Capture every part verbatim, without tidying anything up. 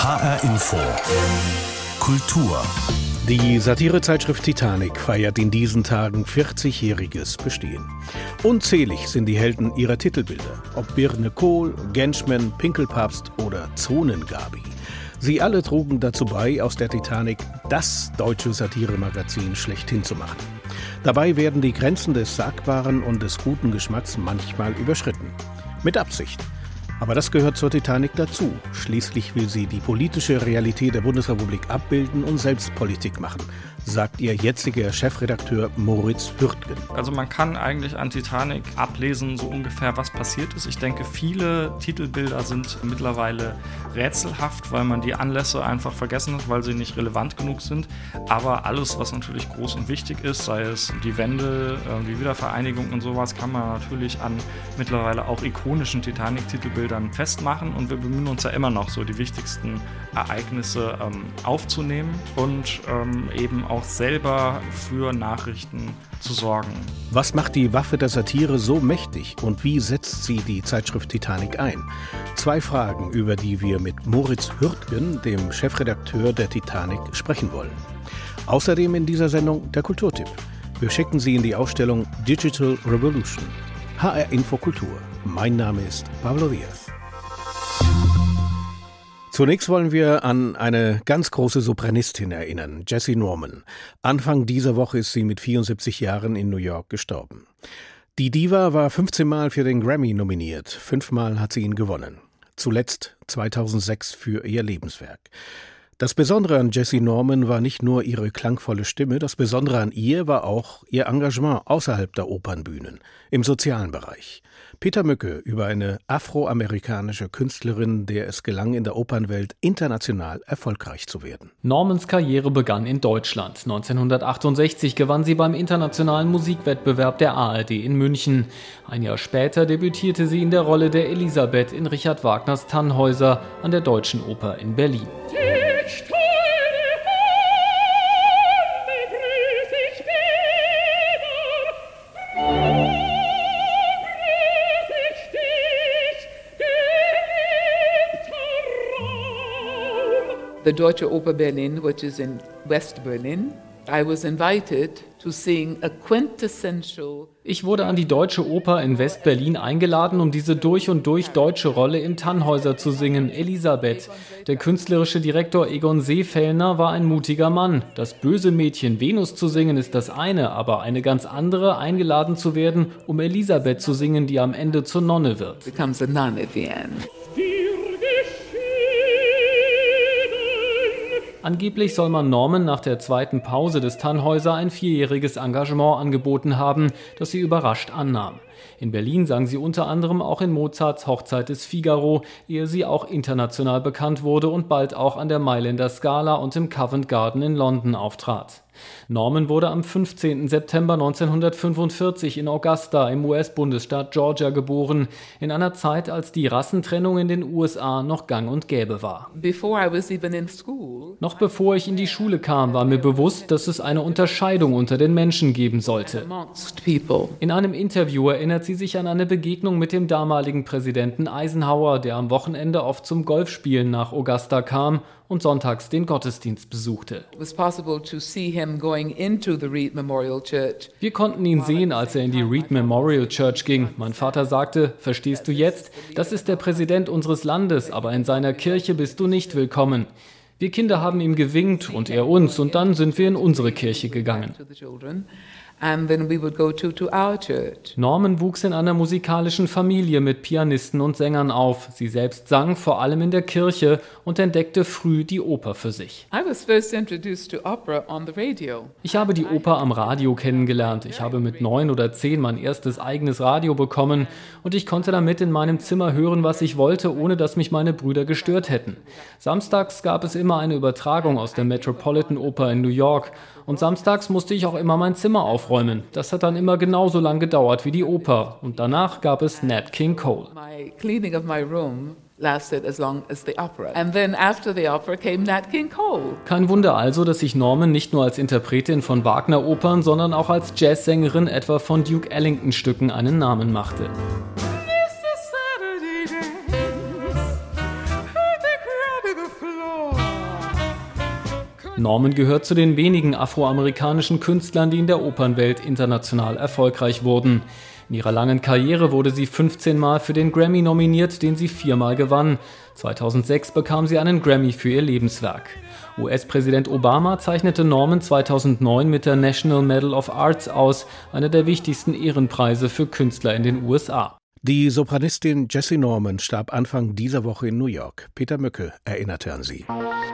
H R Info Kultur. Die Satirezeitschrift Titanic feiert in diesen Tagen vierzigjähriges Bestehen. Unzählig sind die Helden ihrer Titelbilder, ob Birne Kohl, Genschmann, Pinkelpapst oder Zonengabi. Sie alle trugen dazu bei, aus der Titanic das deutsche Satiremagazin schlechthin zu machen. Dabei werden die Grenzen des Sagbaren und des guten Geschmacks manchmal überschritten. Mit Absicht. Aber das gehört zur Titanic dazu. Schließlich will sie die politische Realität der Bundesrepublik abbilden und selbst Politik machen, sagt ihr jetziger Chefredakteur Moritz Hürtgen. Also man kann eigentlich an Titanic ablesen, so ungefähr, was passiert ist. Ich denke, viele Titelbilder sind mittlerweile rätselhaft, weil man die Anlässe einfach vergessen hat, weil sie nicht relevant genug sind. Aber alles, was natürlich groß und wichtig ist, sei es die Wende, die Wiedervereinigung und sowas, kann man natürlich an mittlerweile auch ikonischen Titanic-Titelbildern festmachen. Und wir bemühen uns ja immer noch, so die wichtigsten Ereignisse ähm, aufzunehmen und ähm, eben auch selber für Nachrichten zu sorgen. Was macht die Waffe der Satire so mächtig und wie setzt sie die Zeitschrift Titanic ein? Zwei Fragen, über die wir mit Moritz Hürtgen, dem Chefredakteur der Titanic, sprechen wollen. Außerdem in dieser Sendung der Kulturtipp. Wir schicken Sie in die Ausstellung Digital Revolution. H R Info Kultur. Mein Name ist Pablo Diaz. Zunächst wollen wir an eine ganz große Sopranistin erinnern, Jessye Norman. Anfang dieser Woche ist sie mit vierundsiebzig Jahren in New York gestorben. Die Diva war fünfzehn Mal für den Grammy nominiert, fünfmal hat sie ihn gewonnen. Zuletzt zweitausendsechs für ihr Lebenswerk. Das Besondere an Jessye Norman war nicht nur ihre klangvolle Stimme, das Besondere an ihr war auch ihr Engagement außerhalb der Opernbühnen, im sozialen Bereich. Peter Mücke über eine afroamerikanische Künstlerin, der es gelang, in der Opernwelt international erfolgreich zu werden. Normans Karriere begann in Deutschland. neunzehnhundertachtundsechzig gewann sie beim internationalen Musikwettbewerb der A R D in München. Ein Jahr später debütierte sie in der Rolle der Elisabeth in Richard Wagners Tannhäuser an der Deutschen Oper in Berlin. The Deutsche Oper Berlin, which is in West Berlin, I was invited to sing a quintessential. Ich wurde an die Deutsche Oper in West-Berlin eingeladen, um diese durch und durch deutsche Rolle im Tannhäuser zu singen, Elisabeth. Der künstlerische Direktor Egon Seefellner war ein mutiger Mann. Das böse Mädchen Venus zu singen ist das eine, aber eine ganz andere, eingeladen zu werden, um Elisabeth zu singen, die am Ende zur Nonne wird. Becomes a nun at the end. Angeblich soll man Norman nach der zweiten Pause des Tannhäuser ein vierjähriges Engagement angeboten haben, das sie überrascht annahm. In Berlin sang sie unter anderem auch in Mozarts Hochzeit des Figaro, ehe sie auch international bekannt wurde und bald auch an der Mailänder Scala und im Covent Garden in London auftrat. Norman wurde am fünfzehnten September neunzehnhundertfünfundvierzig in Augusta im U S-Bundesstaat Georgia geboren, in einer Zeit, als die Rassentrennung in den U S A noch gang und gäbe war. Before I was even in school, noch bevor ich in die Schule kam, war mir bewusst, dass es eine Unterscheidung unter den Menschen geben sollte. In einem Interview erinnert sie sich an eine Begegnung mit dem damaligen Präsidenten Eisenhower, der am Wochenende oft zum Golfspielen nach Augusta kam und sonntags den Gottesdienst besuchte. Wir konnten ihn sehen, als er in die Reed Memorial Church ging. Mein Vater sagte, verstehst du jetzt? Das ist der Präsident unseres Landes, aber in seiner Kirche bist du nicht willkommen. Wir Kinder haben ihm gewinkt und er uns und dann sind wir in unsere Kirche gegangen. And then we would go to, to our church. Norman wuchs in einer musikalischen Familie mit Pianisten und Sängern auf. Sie selbst sang vor allem in der Kirche und entdeckte früh die Oper für sich. I was first introduced to opera on the radio. Ich habe die Oper am Radio kennengelernt. Ich habe mit neun oder zehn mein erstes eigenes Radio bekommen und ich konnte damit in meinem Zimmer hören, was ich wollte, ohne dass mich meine Brüder gestört hätten. Samstags gab es immer eine Übertragung aus der Metropolitan Oper in New York. Und samstags musste ich auch immer mein Zimmer aufräumen. Das hat dann immer genauso lang gedauert wie die Oper. Und danach gab es Nat King Cole. My cleaning of my room lasted as long as the opera. And then after the opera came Nat King Cole. Kein Wunder also, dass sich Norman nicht nur als Interpretin von Wagner-Opern, sondern auch als Jazzsängerin etwa von Duke Ellington-Stücken einen Namen machte. Saturday dance, heard the crowd of the floor. Norman gehört zu den wenigen afroamerikanischen Künstlern, die in der Opernwelt international erfolgreich wurden. In ihrer langen Karriere wurde sie fünfzehn Mal für den Grammy nominiert, den sie viermal gewann. zweitausendsechs bekam sie einen Grammy für ihr Lebenswerk. U S-Präsident Obama zeichnete Norman zweitausendneun mit der National Medal of Arts aus, einer der wichtigsten Ehrenpreise für Künstler in den U S A. Die Sopranistin Jessie Norman starb Anfang dieser Woche in New York. Peter Möcke erinnerte an sie.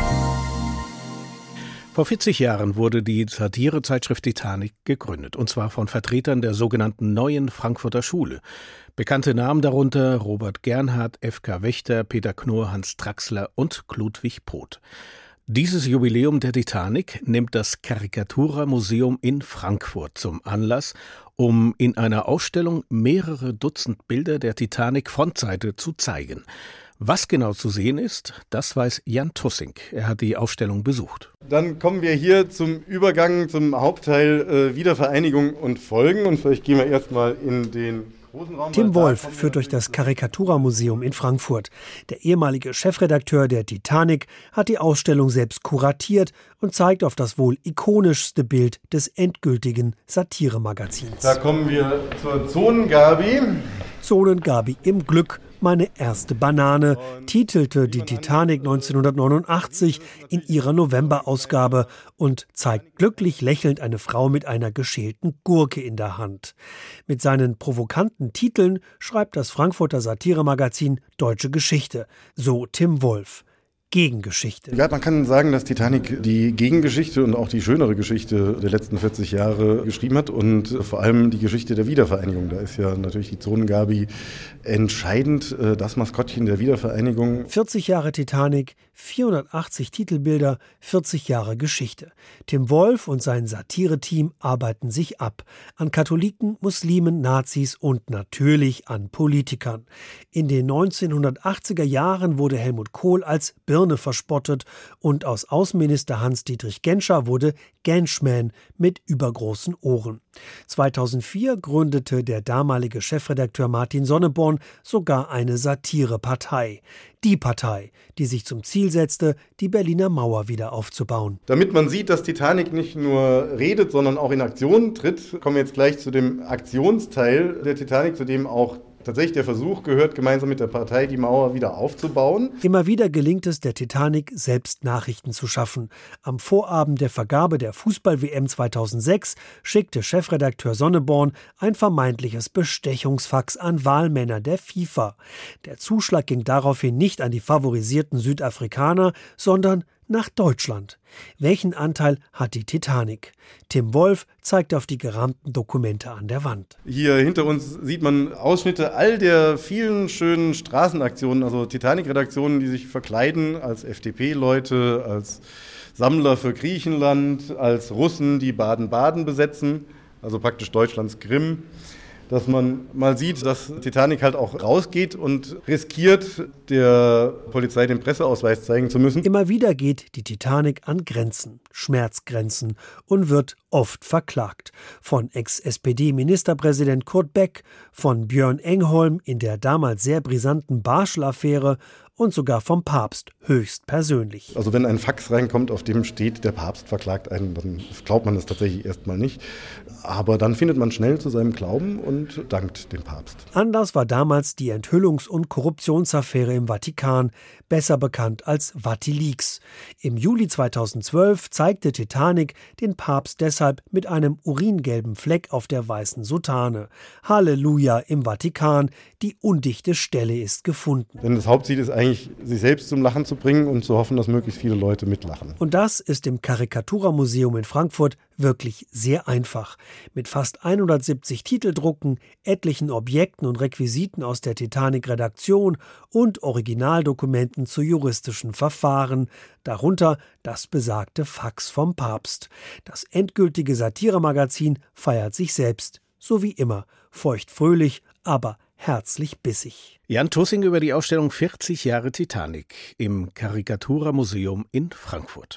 Vor vierzig Jahren wurde die Satirezeitschrift Titanic gegründet, und zwar von Vertretern der sogenannten Neuen Frankfurter Schule. Bekannte Namen darunter Robert Gernhardt, F K Wächter, Peter Knorr, Hans Traxler und Ludwig Poth. Dieses Jubiläum der Titanic nimmt das Karikatura-Museum in Frankfurt zum Anlass, um in einer Ausstellung mehrere Dutzend Bilder der Titanic-Frontseite zu zeigen. Was genau zu sehen ist, das weiß Jan Tussing. Er hat die Ausstellung besucht. Dann kommen wir hier zum Übergang zum Hauptteil äh, Wiedervereinigung und Folgen. Und vielleicht gehen wir erstmal in den großen Raum. Tim Wolf führt durch das Karikatura-Museum in Frankfurt. Der ehemalige Chefredakteur der Titanic hat die Ausstellung selbst kuratiert und zeigt auf das wohl ikonischste Bild des endgültigen Satiremagazins. Da kommen wir zur Zonengabi. Zonengabi im Glück. Meine erste Banane, titelte die Titanic neunzehnhundertneunundachtzig in ihrer Novemberausgabe und zeigt glücklich lächelnd eine Frau mit einer geschälten Gurke in der Hand. Mit seinen provokanten Titeln schreibt das Frankfurter Satiremagazin Deutsche Geschichte, so Tim Wolf. Gegengeschichte. Ja, man kann sagen, dass Titanic die Gegengeschichte und auch die schönere Geschichte der letzten vierzig Jahre geschrieben hat und vor allem die Geschichte der Wiedervereinigung. Da ist ja natürlich die Zonengabi entscheidend, das Maskottchen der Wiedervereinigung. vierzig Jahre Titanic, vierhundertachtzig Titelbilder, vierzig Jahre Geschichte. Tim Wolf und sein Satire-Team arbeiten sich ab. An Katholiken, Muslimen, Nazis und natürlich an Politikern. In den neunzehnhundertachtziger Jahren wurde Helmut Kohl als Birne verspottet und aus Außenminister Hans-Dietrich Genscher wurde Genschman mit übergroßen Ohren. zweitausendvier gründete der damalige Chefredakteur Martin Sonneborn sogar eine Satirepartei. Die Partei, die sich zum Ziel setzte, die Berliner Mauer wieder aufzubauen. Damit man sieht, dass Titanic nicht nur redet, sondern auch in Aktion tritt, kommen wir jetzt gleich zu dem Aktionsteil der Titanic, zu dem auch tatsächlich der Versuch gehört, gemeinsam mit der Partei die Mauer wieder aufzubauen. Immer wieder gelingt es der Titanic, selbst Nachrichten zu schaffen. Am Vorabend der Vergabe der Fußball-W M zweitausendsechs schickte Chefredakteur Sonneborn ein vermeintliches Bestechungsfax an Wahlmänner der FIFA. Der Zuschlag ging daraufhin nicht an die favorisierten Südafrikaner, sondern nach Deutschland. Welchen Anteil hat die Titanic? Tim Wolf zeigt auf die gerahmten Dokumente an der Wand. Hier hinter uns sieht man Ausschnitte all der vielen schönen Straßenaktionen, also Titanic-Redaktionen, die sich verkleiden als F D P-Leute, als Sammler für Griechenland, als Russen, die Baden-Baden besetzen, also praktisch Deutschlands Krim. Dass man mal sieht, dass Titanic halt auch rausgeht und riskiert, der Polizei den Presseausweis zeigen zu müssen. Immer wieder geht die Titanic an Grenzen, Schmerzgrenzen und wird oft verklagt. Von Ex-S P D-Ministerpräsident Kurt Beck, von Björn Engholm in der damals sehr brisanten Barschel-Affäre und sogar vom Papst höchstpersönlich. Also wenn ein Fax reinkommt, auf dem steht, der Papst verklagt einen, dann glaubt man das tatsächlich erstmal nicht. Aber dann findet man schnell zu seinem Glauben und dankt dem Papst. Anders war damals die Enthüllungs- und Korruptionsaffäre im Vatikan, besser bekannt als Vatileaks. Im Juli zweitausendzwölf zeigte Titanic den Papst deshalb mit einem uringelben Fleck auf der weißen Soutane. Halleluja im Vatikan, die undichte Stelle ist gefunden. Denn das Hauptziel ist eigentlich, sich selbst zum Lachen zu bringen und zu hoffen, dass möglichst viele Leute mitlachen. Und das ist im Karikatura-Museum in Frankfurt wirklich sehr einfach. Mit fast hundertsiebzig Titeldrucken, etlichen Objekten und Requisiten aus der Titanic-Redaktion und Originaldokumenten zu juristischen Verfahren, darunter das besagte Fax vom Papst. Das endgültige Satiremagazin feiert sich selbst, so wie immer, feuchtfröhlich, aber herzlich bissig. Jan Tussing über die Ausstellung vierzig Jahre Titanic im Karikatura-Museum in Frankfurt.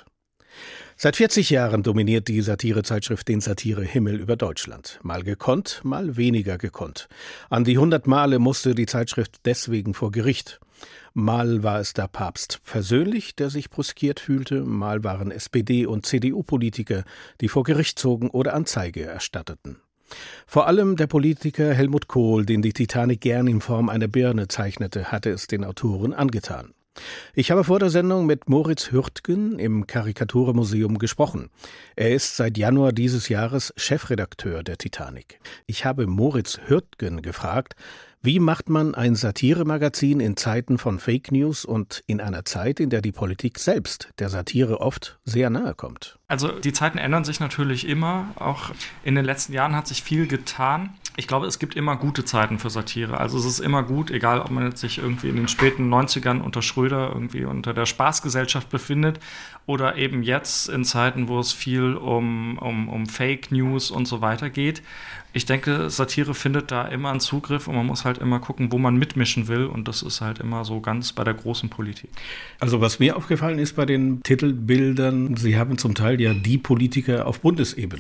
Seit vierzig Jahren dominiert die Satirezeitschrift den Satirehimmel über Deutschland. Mal gekonnt, mal weniger gekonnt. An die hundert Male musste die Zeitschrift deswegen vor Gericht. Mal war es der Papst persönlich, der sich brüskiert fühlte, mal waren S P D- und C D U-Politiker, die vor Gericht zogen oder Anzeige erstatteten. Vor allem der Politiker Helmut Kohl, den die Titanic gern in Form einer Birne zeichnete, hatte es den Autoren angetan. Ich habe vor der Sendung mit Moritz Hürtgen im Karikaturmuseum gesprochen. Er ist seit Januar dieses Jahres Chefredakteur der Titanic. Ich habe Moritz Hürtgen gefragt, wie macht man ein Satiremagazin in Zeiten von Fake News und in einer Zeit, in der die Politik selbst der Satire oft sehr nahe kommt? Also die Zeiten ändern sich natürlich immer. Auch in den letzten Jahren hat sich viel getan. Ich glaube, es gibt immer gute Zeiten für Satire. Also es ist immer gut, egal ob man jetzt sich irgendwie in den späten neunzigern unter Schröder irgendwie unter der Spaßgesellschaft befindet oder eben jetzt in Zeiten, wo es viel um, um, um Fake News und so weiter geht. Ich denke, Satire findet da immer einen Zugriff und man muss halt immer gucken, wo man mitmischen will, und das ist halt immer so ganz bei der großen Politik. Also was mir aufgefallen ist bei den Titelbildern, Sie haben zum Teil ja die Politiker auf Bundesebene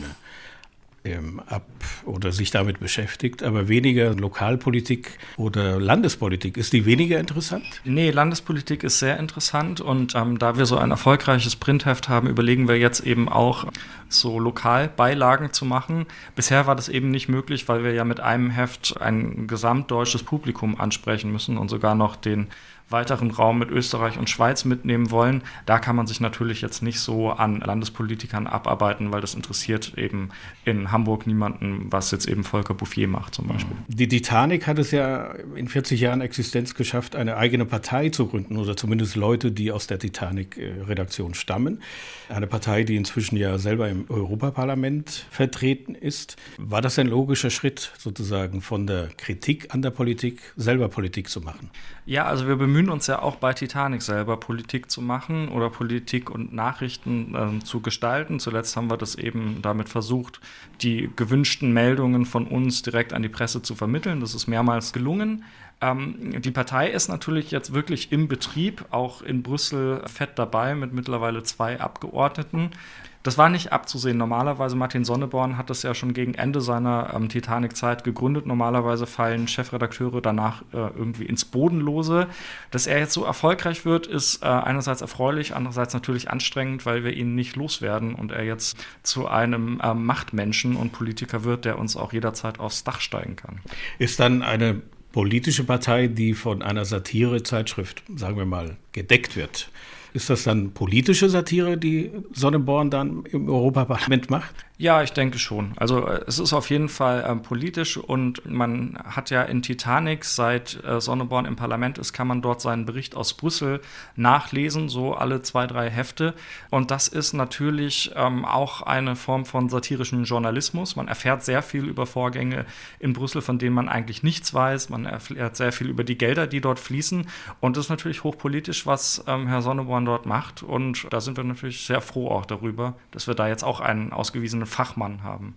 ähm, ab oder sich damit beschäftigt, aber weniger Lokalpolitik oder Landespolitik. Ist die weniger interessant? Nee, Landespolitik ist sehr interessant, und ähm, da wir so ein erfolgreiches Printheft haben, überlegen wir jetzt eben auch, so Lokalbeilagen zu machen. Bisher war das eben nicht möglich, weil wir ja mit einem Heft ein gesamtdeutsches Publikum ansprechen müssen und sogar noch den weiteren Raum mit Österreich und Schweiz mitnehmen wollen. Da kann man sich natürlich jetzt nicht so an Landespolitikern abarbeiten, weil das interessiert eben in Hamburg niemanden, was jetzt eben Volker Bouffier macht zum Beispiel. Die Titanic hat es ja in vierzig Jahren Existenz geschafft, eine eigene Partei zu gründen, oder zumindest Leute, die aus der Titanic-Redaktion stammen. Eine Partei, die inzwischen ja selber im Europaparlament vertreten ist. War das ein logischer Schritt, sozusagen von der Kritik an der Politik selber Politik zu machen? Ja, also wir bemühen uns ja auch bei Titanic selber Politik zu machen oder Politik und Nachrichten äh, zu gestalten. Zuletzt haben wir das eben damit versucht, die gewünschten Meldungen von uns direkt an die Presse zu vermitteln. Das ist mehrmals gelungen. Ähm, die Partei ist natürlich jetzt wirklich im Betrieb, auch in Brüssel fett dabei mit mittlerweile zwei Abgeordneten. Das war nicht abzusehen. Normalerweise, Martin Sonneborn hat das ja schon gegen Ende seiner ähm, Titanic-Zeit gegründet. Normalerweise fallen Chefredakteure danach äh, irgendwie ins Bodenlose. Dass er jetzt so erfolgreich wird, ist äh, einerseits erfreulich, andererseits natürlich anstrengend, weil wir ihn nicht loswerden und er jetzt zu einem äh, Machtmenschen und Politiker wird, der uns auch jederzeit aufs Dach steigen kann. Ist dann eine politische Partei, die von einer Satirezeitschrift, sagen wir mal, gedeckt wird, ist das dann politische Satire, die Sonneborn dann im Europaparlament macht? Ja, ich denke schon. Also es ist auf jeden Fall äh, politisch, und man hat ja in Titanic, seit äh, Sonneborn im Parlament ist, kann man dort seinen Bericht aus Brüssel nachlesen, so alle zwei, drei Hefte. Und das ist natürlich ähm, auch eine Form von satirischem Journalismus. Man erfährt sehr viel über Vorgänge in Brüssel, von denen man eigentlich nichts weiß. Man erfährt sehr viel über die Gelder, die dort fließen. Und das ist natürlich hochpolitisch, was ähm, Herr Sonneborn dort macht. Und da sind wir natürlich sehr froh auch darüber, dass wir da jetzt auch einen ausgewiesenen Fachmann haben.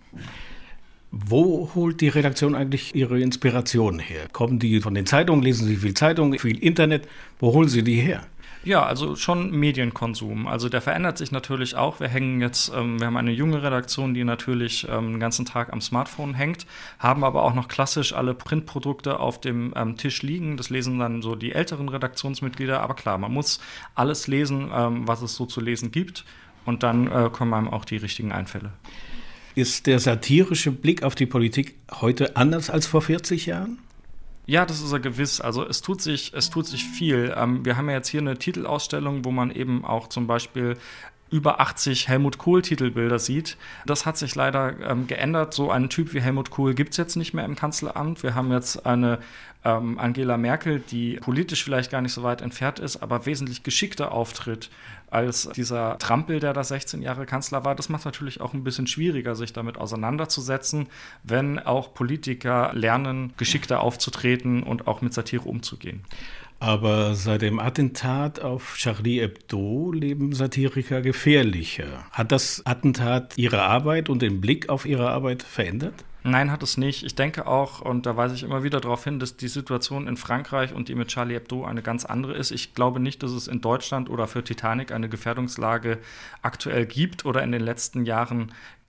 Wo holt die Redaktion eigentlich ihre Inspiration her? Kommen die von den Zeitungen, lesen Sie viel Zeitung, viel Internet? Wo holen Sie die her? Ja, also schon Medienkonsum. Also der verändert sich natürlich auch. Wir hängen jetzt, ähm, wir haben eine junge Redaktion, die natürlich ähm, den ganzen Tag am Smartphone hängt, haben aber auch noch klassisch alle Printprodukte auf dem ähm, Tisch liegen. Das lesen dann so die älteren Redaktionsmitglieder. Aber klar, man muss alles lesen, ähm, was es so zu lesen gibt. Und dann äh, kommen einem auch die richtigen Einfälle. Ist der satirische Blick auf die Politik heute anders als vor vierzig Jahren? Ja, das ist er gewiss. Also es tut sich, es tut sich viel. Ähm, wir haben ja jetzt hier eine Titelausstellung, wo man eben auch zum Beispiel über achtzig Helmut Kohl-Titelbilder sieht. Das hat sich leider ähm, geändert. So einen Typ wie Helmut Kohl gibt es jetzt nicht mehr im Kanzleramt. Wir haben jetzt eine ähm, Angela Merkel, die politisch vielleicht gar nicht so weit entfernt ist, aber wesentlich geschickter auftritt als dieser Trampel, der da sechzehn Jahre Kanzler war. Das macht es natürlich auch ein bisschen schwieriger, sich damit auseinanderzusetzen, wenn auch Politiker lernen, geschickter aufzutreten und auch mit Satire umzugehen. Aber seit dem Attentat auf Charlie Hebdo leben Satiriker gefährlicher. Hat das Attentat Ihre Arbeit und den Blick auf Ihre Arbeit verändert? Nein, hat es nicht. Ich denke auch, und da weise ich immer wieder darauf hin, dass die Situation in Frankreich und die mit Charlie Hebdo eine ganz andere ist. Ich glaube nicht, dass es in Deutschland oder für Titanic eine Gefährdungslage aktuell gibt oder in den letzten Jahren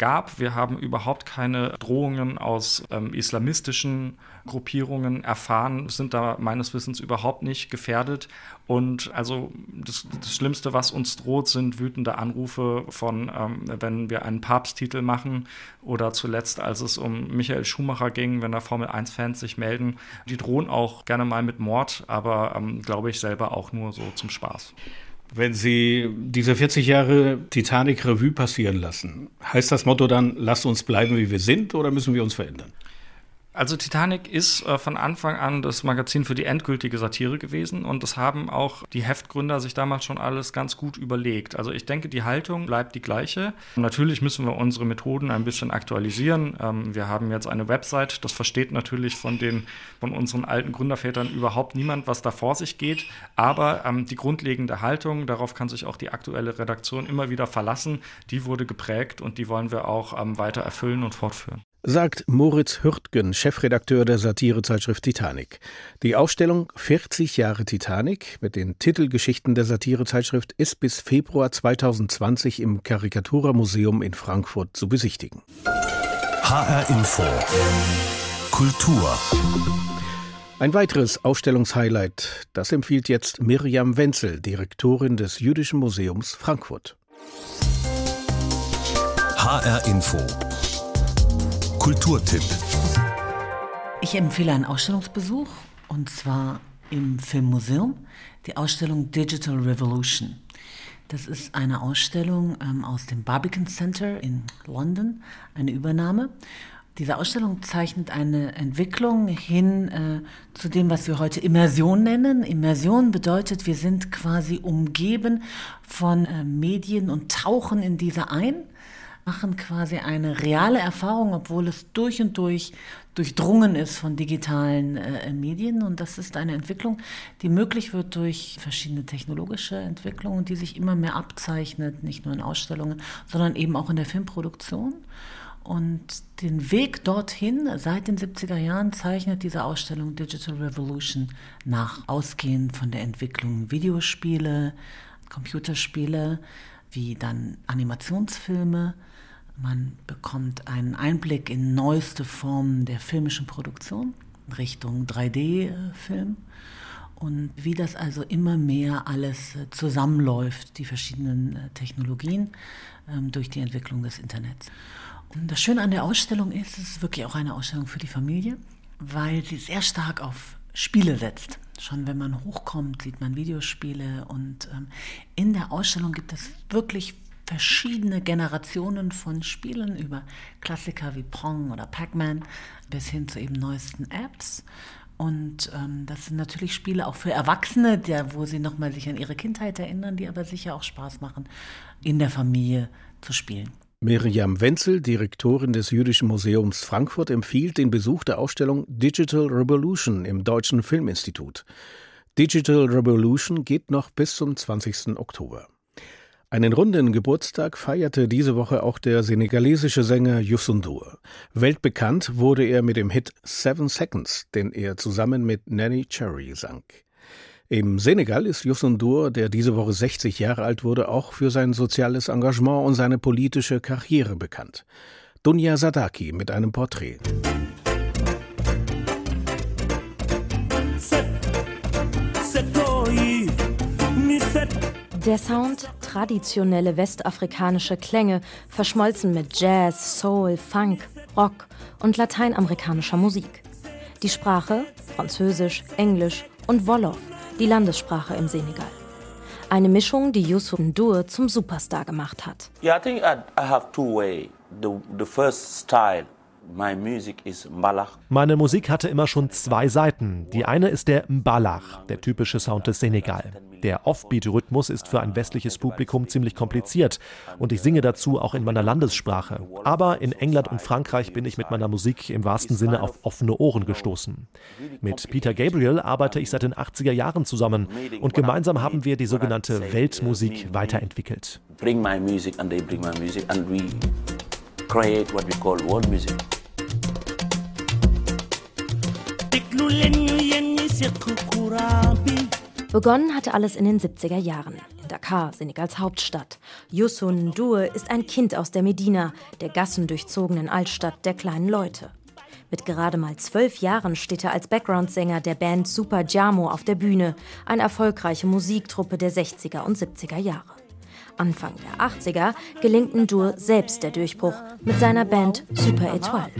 gab. Wir haben überhaupt keine Drohungen aus ähm, islamistischen Gruppierungen erfahren, sind da meines Wissens überhaupt nicht gefährdet. Und also das, das Schlimmste, was uns droht, sind wütende Anrufe von, ähm, wenn wir einen Papsttitel machen oder zuletzt, als es um Michael Schumacher ging, wenn da Formel eins Fans sich melden. Die drohen auch gerne mal mit Mord, aber ähm, glaube ich selber auch nur so zum Spaß. Wenn Sie diese vierzig Jahre Titanic Revue passieren lassen, heißt das Motto dann, lasst uns bleiben, wie wir sind, oder müssen wir uns verändern? Also Titanic ist äh, von Anfang an das Magazin für die endgültige Satire gewesen und das haben auch die Heftgründer sich damals schon alles ganz gut überlegt. Also ich denke, die Haltung bleibt die gleiche. Und natürlich müssen wir unsere Methoden ein bisschen aktualisieren. Ähm, wir haben jetzt eine Website, das versteht natürlich von den von unseren alten Gründervätern überhaupt niemand, was da vor sich geht. Aber ähm, die grundlegende Haltung, darauf kann sich auch die aktuelle Redaktion immer wieder verlassen, die wurde geprägt und die wollen wir auch ähm, weiter erfüllen und fortführen. Sagt Moritz Hürtgen, Chefredakteur der Satirezeitschrift Titanic. Die Ausstellung vierzig Jahre Titanic mit den Titelgeschichten der Satirezeitschrift ist bis Februar zweitausendzwanzig im Karikatura-Museum in Frankfurt zu besichtigen. H R Info Kultur. Ein weiteres Ausstellungshighlight, das empfiehlt jetzt Mirjam Wenzel, Direktorin des Jüdischen Museums Frankfurt. H R Info Kulturtipp. Ich empfehle einen Ausstellungsbesuch, und zwar im Filmmuseum, die Ausstellung Digital Revolution. Das ist eine Ausstellung ähm, aus dem Barbican Center in London, eine Übernahme. Diese Ausstellung zeichnet eine Entwicklung hin äh, zu dem, was wir heute Immersion nennen. Immersion bedeutet, wir sind quasi umgeben von äh, Medien und tauchen in diese ein, machen quasi eine reale Erfahrung, obwohl es durch und durch durchdrungen ist von digitalen äh, Medien. Und das ist eine Entwicklung, die möglich wird durch verschiedene technologische Entwicklungen, die sich immer mehr abzeichnet, nicht nur in Ausstellungen, sondern eben auch in der Filmproduktion. Und den Weg dorthin, seit den siebziger Jahren, zeichnet diese Ausstellung Digital Revolution nach, ausgehend von der Entwicklung Videospiele, Computerspiele, wie dann Animationsfilme. Man bekommt einen Einblick in neueste Formen der filmischen Produktion Richtung drei D-Film und wie das also immer mehr alles zusammenläuft, die verschiedenen Technologien durch die Entwicklung des Internets. Und das Schöne an der Ausstellung ist, es ist wirklich auch eine Ausstellung für die Familie, weil sie sehr stark auf Spiele setzt. Schon wenn man hochkommt, sieht man Videospiele und ähm, in der Ausstellung gibt es wirklich verschiedene Generationen von Spielen über Klassiker wie Pong oder Pac-Man bis hin zu eben neuesten Apps. Und ähm, das sind natürlich Spiele auch für Erwachsene, der, wo sie nochmal sich an ihre Kindheit erinnern, die aber sicher auch Spaß machen, in der Familie zu spielen. Mirjam Wenzel, Direktorin des Jüdischen Museums Frankfurt, empfiehlt den Besuch der Ausstellung Digital Revolution im Deutschen Filminstitut. Digital Revolution geht noch bis zum zwanzigsten Oktober. Einen runden Geburtstag feierte diese Woche auch der senegalesische Sänger Youssou N'Dour. Weltbekannt wurde er mit dem Hit Seven Seconds, den er zusammen mit Nanny Cherry sang. Im Senegal ist Youssou N'Dour, der diese Woche sechzig Jahre alt wurde, auch für sein soziales Engagement und seine politische Karriere bekannt. Dunya Sadaki mit einem Porträt. Der Sound, traditionelle westafrikanische Klänge, verschmolzen mit Jazz, Soul, Funk, Rock und lateinamerikanischer Musik. Die Sprache, Französisch, Englisch und Wolof, die Landessprache im Senegal. Eine Mischung, die Youssou N'Dour zum Superstar gemacht hat. Yeah, I think I, I have two ways. The, the first style. My music is Mbalax. Meine Musik hatte immer schon zwei Seiten. Die eine ist der Mbalax, der typische Sound des Senegal. Der Offbeat-Rhythmus ist für ein westliches Publikum ziemlich kompliziert und ich singe dazu auch in meiner Landessprache. Aber in England und Frankreich bin ich mit meiner Musik im wahrsten Sinne auf offene Ohren gestoßen. Mit Peter Gabriel arbeite ich seit den achtziger Jahren zusammen und gemeinsam haben wir die sogenannte Weltmusik weiterentwickelt. Bring my music and they bring my music and we create what we call world music. Begonnen hatte alles in den siebziger Jahren. In Dakar, Senegals Hauptstadt. Youssou N'Dour ist ein Kind aus der Medina, der gassendurchzogenen Altstadt der kleinen Leute. Mit gerade mal zwölf Jahren steht er als Background-Sänger der Band Super Jamo auf der Bühne, eine erfolgreiche Musiktruppe der sechziger und siebziger Jahre. Anfang der achtziger gelingt N'Dour selbst der Durchbruch mit seiner Band Super Étoile.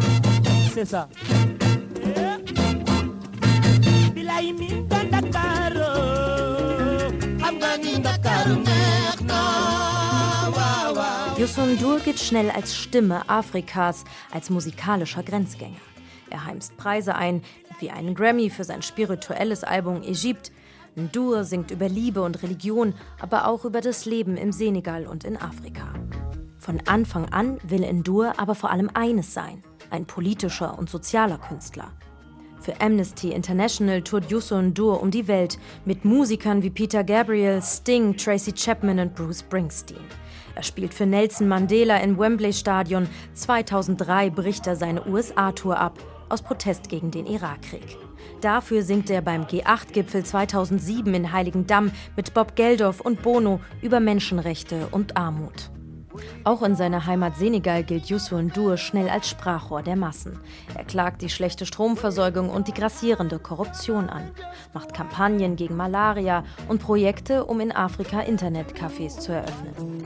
Youssou N'Dour geht schnell als Stimme Afrikas, als musikalischer Grenzgänger. Er heimst Preise ein, wie einen Grammy für sein spirituelles Album Egypte. N'Dour singt über Liebe und Religion, aber auch über das Leben im Senegal und in Afrika. Von Anfang an will N'Dour aber vor allem eines sein: ein politischer und sozialer Künstler. Für Amnesty International tourt Youssou N'Dour um die Welt mit Musikern wie Peter Gabriel, Sting, Tracy Chapman und Bruce Springsteen. Er spielt für Nelson Mandela im Wembley-Stadion. zweitausenddrei bricht er seine U S A-Tour ab, aus Protest gegen den Irakkrieg. Dafür singt er beim G acht Gipfel zweitausendsieben in Heiligendamm mit Bob Geldof und Bono über Menschenrechte und Armut. Auch in seiner Heimat Senegal gilt Youssou N'Dour schnell als Sprachrohr der Massen. Er klagt die schlechte Stromversorgung und die grassierende Korruption an, macht Kampagnen gegen Malaria und Projekte, um in Afrika Internetcafés zu eröffnen.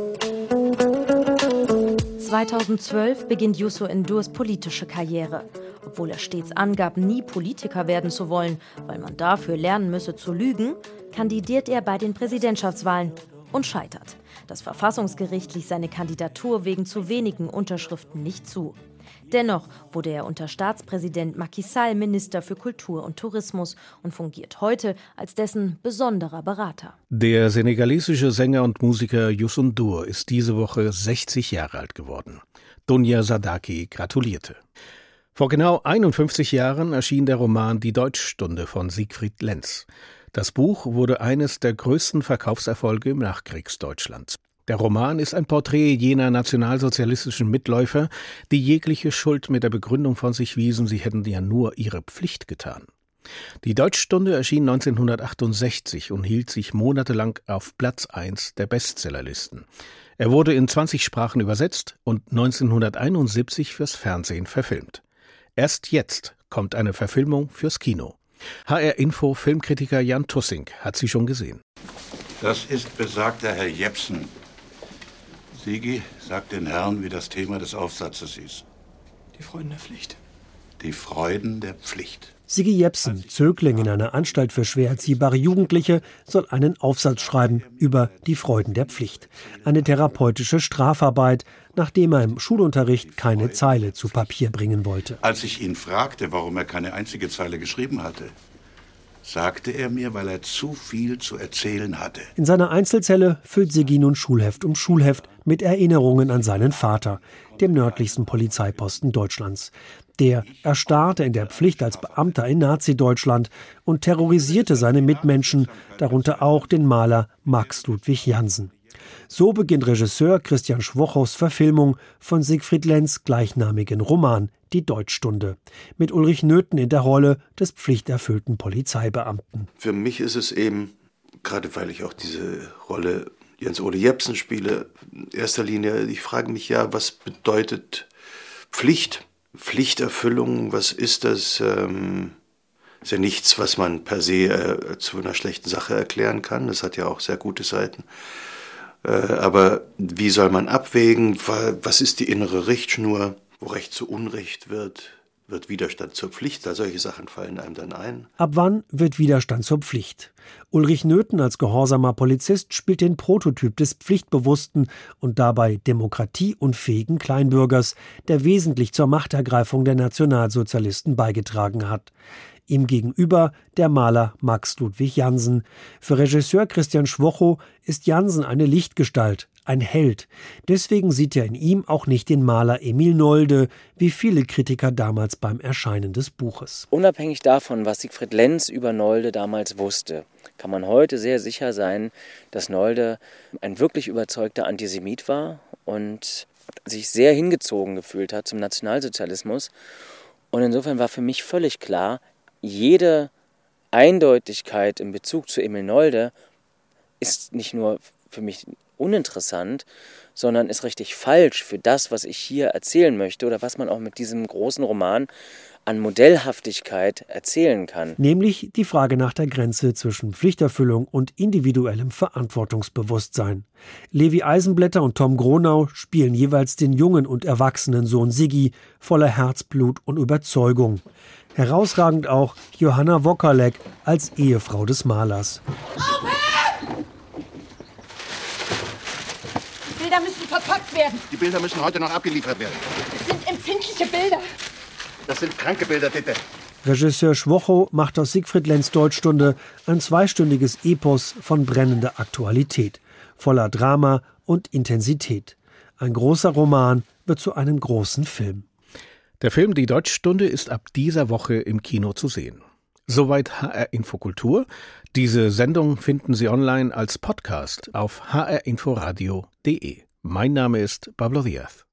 zweitausendzwölf beginnt Youssou N'Dours politische Karriere. Obwohl er stets angab, nie Politiker werden zu wollen, weil man dafür lernen müsse zu lügen, kandidiert er bei den Präsidentschaftswahlen und scheitert. Das Verfassungsgericht ließ seine Kandidatur wegen zu wenigen Unterschriften nicht zu. Dennoch wurde er unter Staatspräsident Macky Sall Minister für Kultur und Tourismus und fungiert heute als dessen besonderer Berater. Der senegalesische Sänger und Musiker Youssou N'Dour ist diese Woche sechzig Jahre alt geworden. Dunja Sadaki gratulierte. Vor genau einundfünfzig Jahren erschien der Roman Die Deutschstunde von Siegfried Lenz. Das Buch wurde eines der größten Verkaufserfolge im Nachkriegsdeutschland. Der Roman ist ein Porträt jener nationalsozialistischen Mitläufer, die jegliche Schuld mit der Begründung von sich wiesen, sie hätten ja nur ihre Pflicht getan. Die Deutschstunde erschien neunzehnhundertachtundsechzig und hielt sich monatelang auf Platz eins der Bestsellerlisten. Er wurde in zwanzig Sprachen übersetzt und neunzehnhunderteinundsiebzig fürs Fernsehen verfilmt. Erst jetzt kommt eine Verfilmung fürs Kino. H R-Info Filmkritiker Jan Tussing hat sie schon gesehen. Das ist besagter Herr Jepsen. Sigi, sag den Herren, wie das Thema des Aufsatzes ist. Die Freuden der Pflicht. Die Freuden der Pflicht. Sigi Jepsen, Zögling in einer Anstalt für schwer erziehbare Jugendliche, soll einen Aufsatz schreiben über die Freuden der Pflicht. Eine therapeutische Strafarbeit, nachdem er im Schulunterricht keine Zeile zu Papier bringen wollte. Als ich ihn fragte, warum er keine einzige Zeile geschrieben hatte, sagte er mir, weil er zu viel zu erzählen hatte. In seiner Einzelzelle füllt Sigi nun Schulheft um Schulheft mit Erinnerungen an seinen Vater, dem nördlichsten Polizeiposten Deutschlands. Der erstarrte in der Pflicht als Beamter in Nazi-Deutschland und terrorisierte seine Mitmenschen, darunter auch den Maler Max Ludwig Jansen. So beginnt Regisseur Christian Schwochos Verfilmung von Siegfried Lenz' gleichnamigen Roman Die Deutschstunde, mit Ulrich Nöthen in der Rolle des pflichterfüllten Polizeibeamten. Für mich ist es eben, gerade weil ich auch diese Rolle Jens-Ole Jepsen spiele, in erster Linie, ich frage mich ja, was bedeutet Pflicht? Pflichterfüllung, was ist das? Ähm, ist ja nichts, was man per se äh, zu einer schlechten Sache erklären kann. Das hat ja auch sehr gute Seiten. Äh, aber wie soll man abwägen? Was ist die innere Richtschnur? Wo Recht zu Unrecht wird, wird Widerstand zur Pflicht. Da solche Sachen fallen einem dann ein. Ab wann wird Widerstand zur Pflicht? Ulrich Nöthen als gehorsamer Polizist spielt den Prototyp des pflichtbewussten und dabei demokratieunfähigen Kleinbürgers, der wesentlich zur Machtergreifung der Nationalsozialisten beigetragen hat. Ihm gegenüber der Maler Max Ludwig Jansen. Für Regisseur Christian Schwocho ist Jansen eine Lichtgestalt, ein Held. Deswegen sieht er in ihm auch nicht den Maler Emil Nolde, wie viele Kritiker damals beim Erscheinen des Buches. Unabhängig davon, was Siegfried Lenz über Nolde damals wusste, kann man heute sehr sicher sein, dass Nolde ein wirklich überzeugter Antisemit war und sich sehr hingezogen gefühlt hat zum Nationalsozialismus. Und insofern war für mich völlig klar, jede Eindeutigkeit in Bezug zu Emil Nolde ist nicht nur für mich uninteressant, sondern ist richtig falsch für das, was ich hier erzählen möchte oder was man auch mit diesem großen Roman an Modellhaftigkeit erzählen kann. Nämlich die Frage nach der Grenze zwischen Pflichterfüllung und individuellem Verantwortungsbewusstsein. Levi Eisenblätter und Tom Gronau spielen jeweils den jungen und erwachsenen Sohn Siggi, voller Herzblut und Überzeugung. Herausragend auch Johanna Wokalek als Ehefrau des Malers. Die Bilder müssen verpackt werden. Die Bilder müssen heute noch abgeliefert werden. Es sind empfindliche Bilder. Das sind kranke Bilder, Titte. Regisseur Schwocho macht aus Siegfried Lenz Deutschstunde ein zweistündiges Epos von brennender Aktualität, voller Drama und Intensität. Ein großer Roman wird zu einem großen Film. Der Film Die Deutschstunde ist ab dieser Woche im Kino zu sehen. Soweit H R Infokultur. Diese Sendung finden Sie online als Podcast auf h r inforadio punkt de. Mein Name ist Pablo Diaz.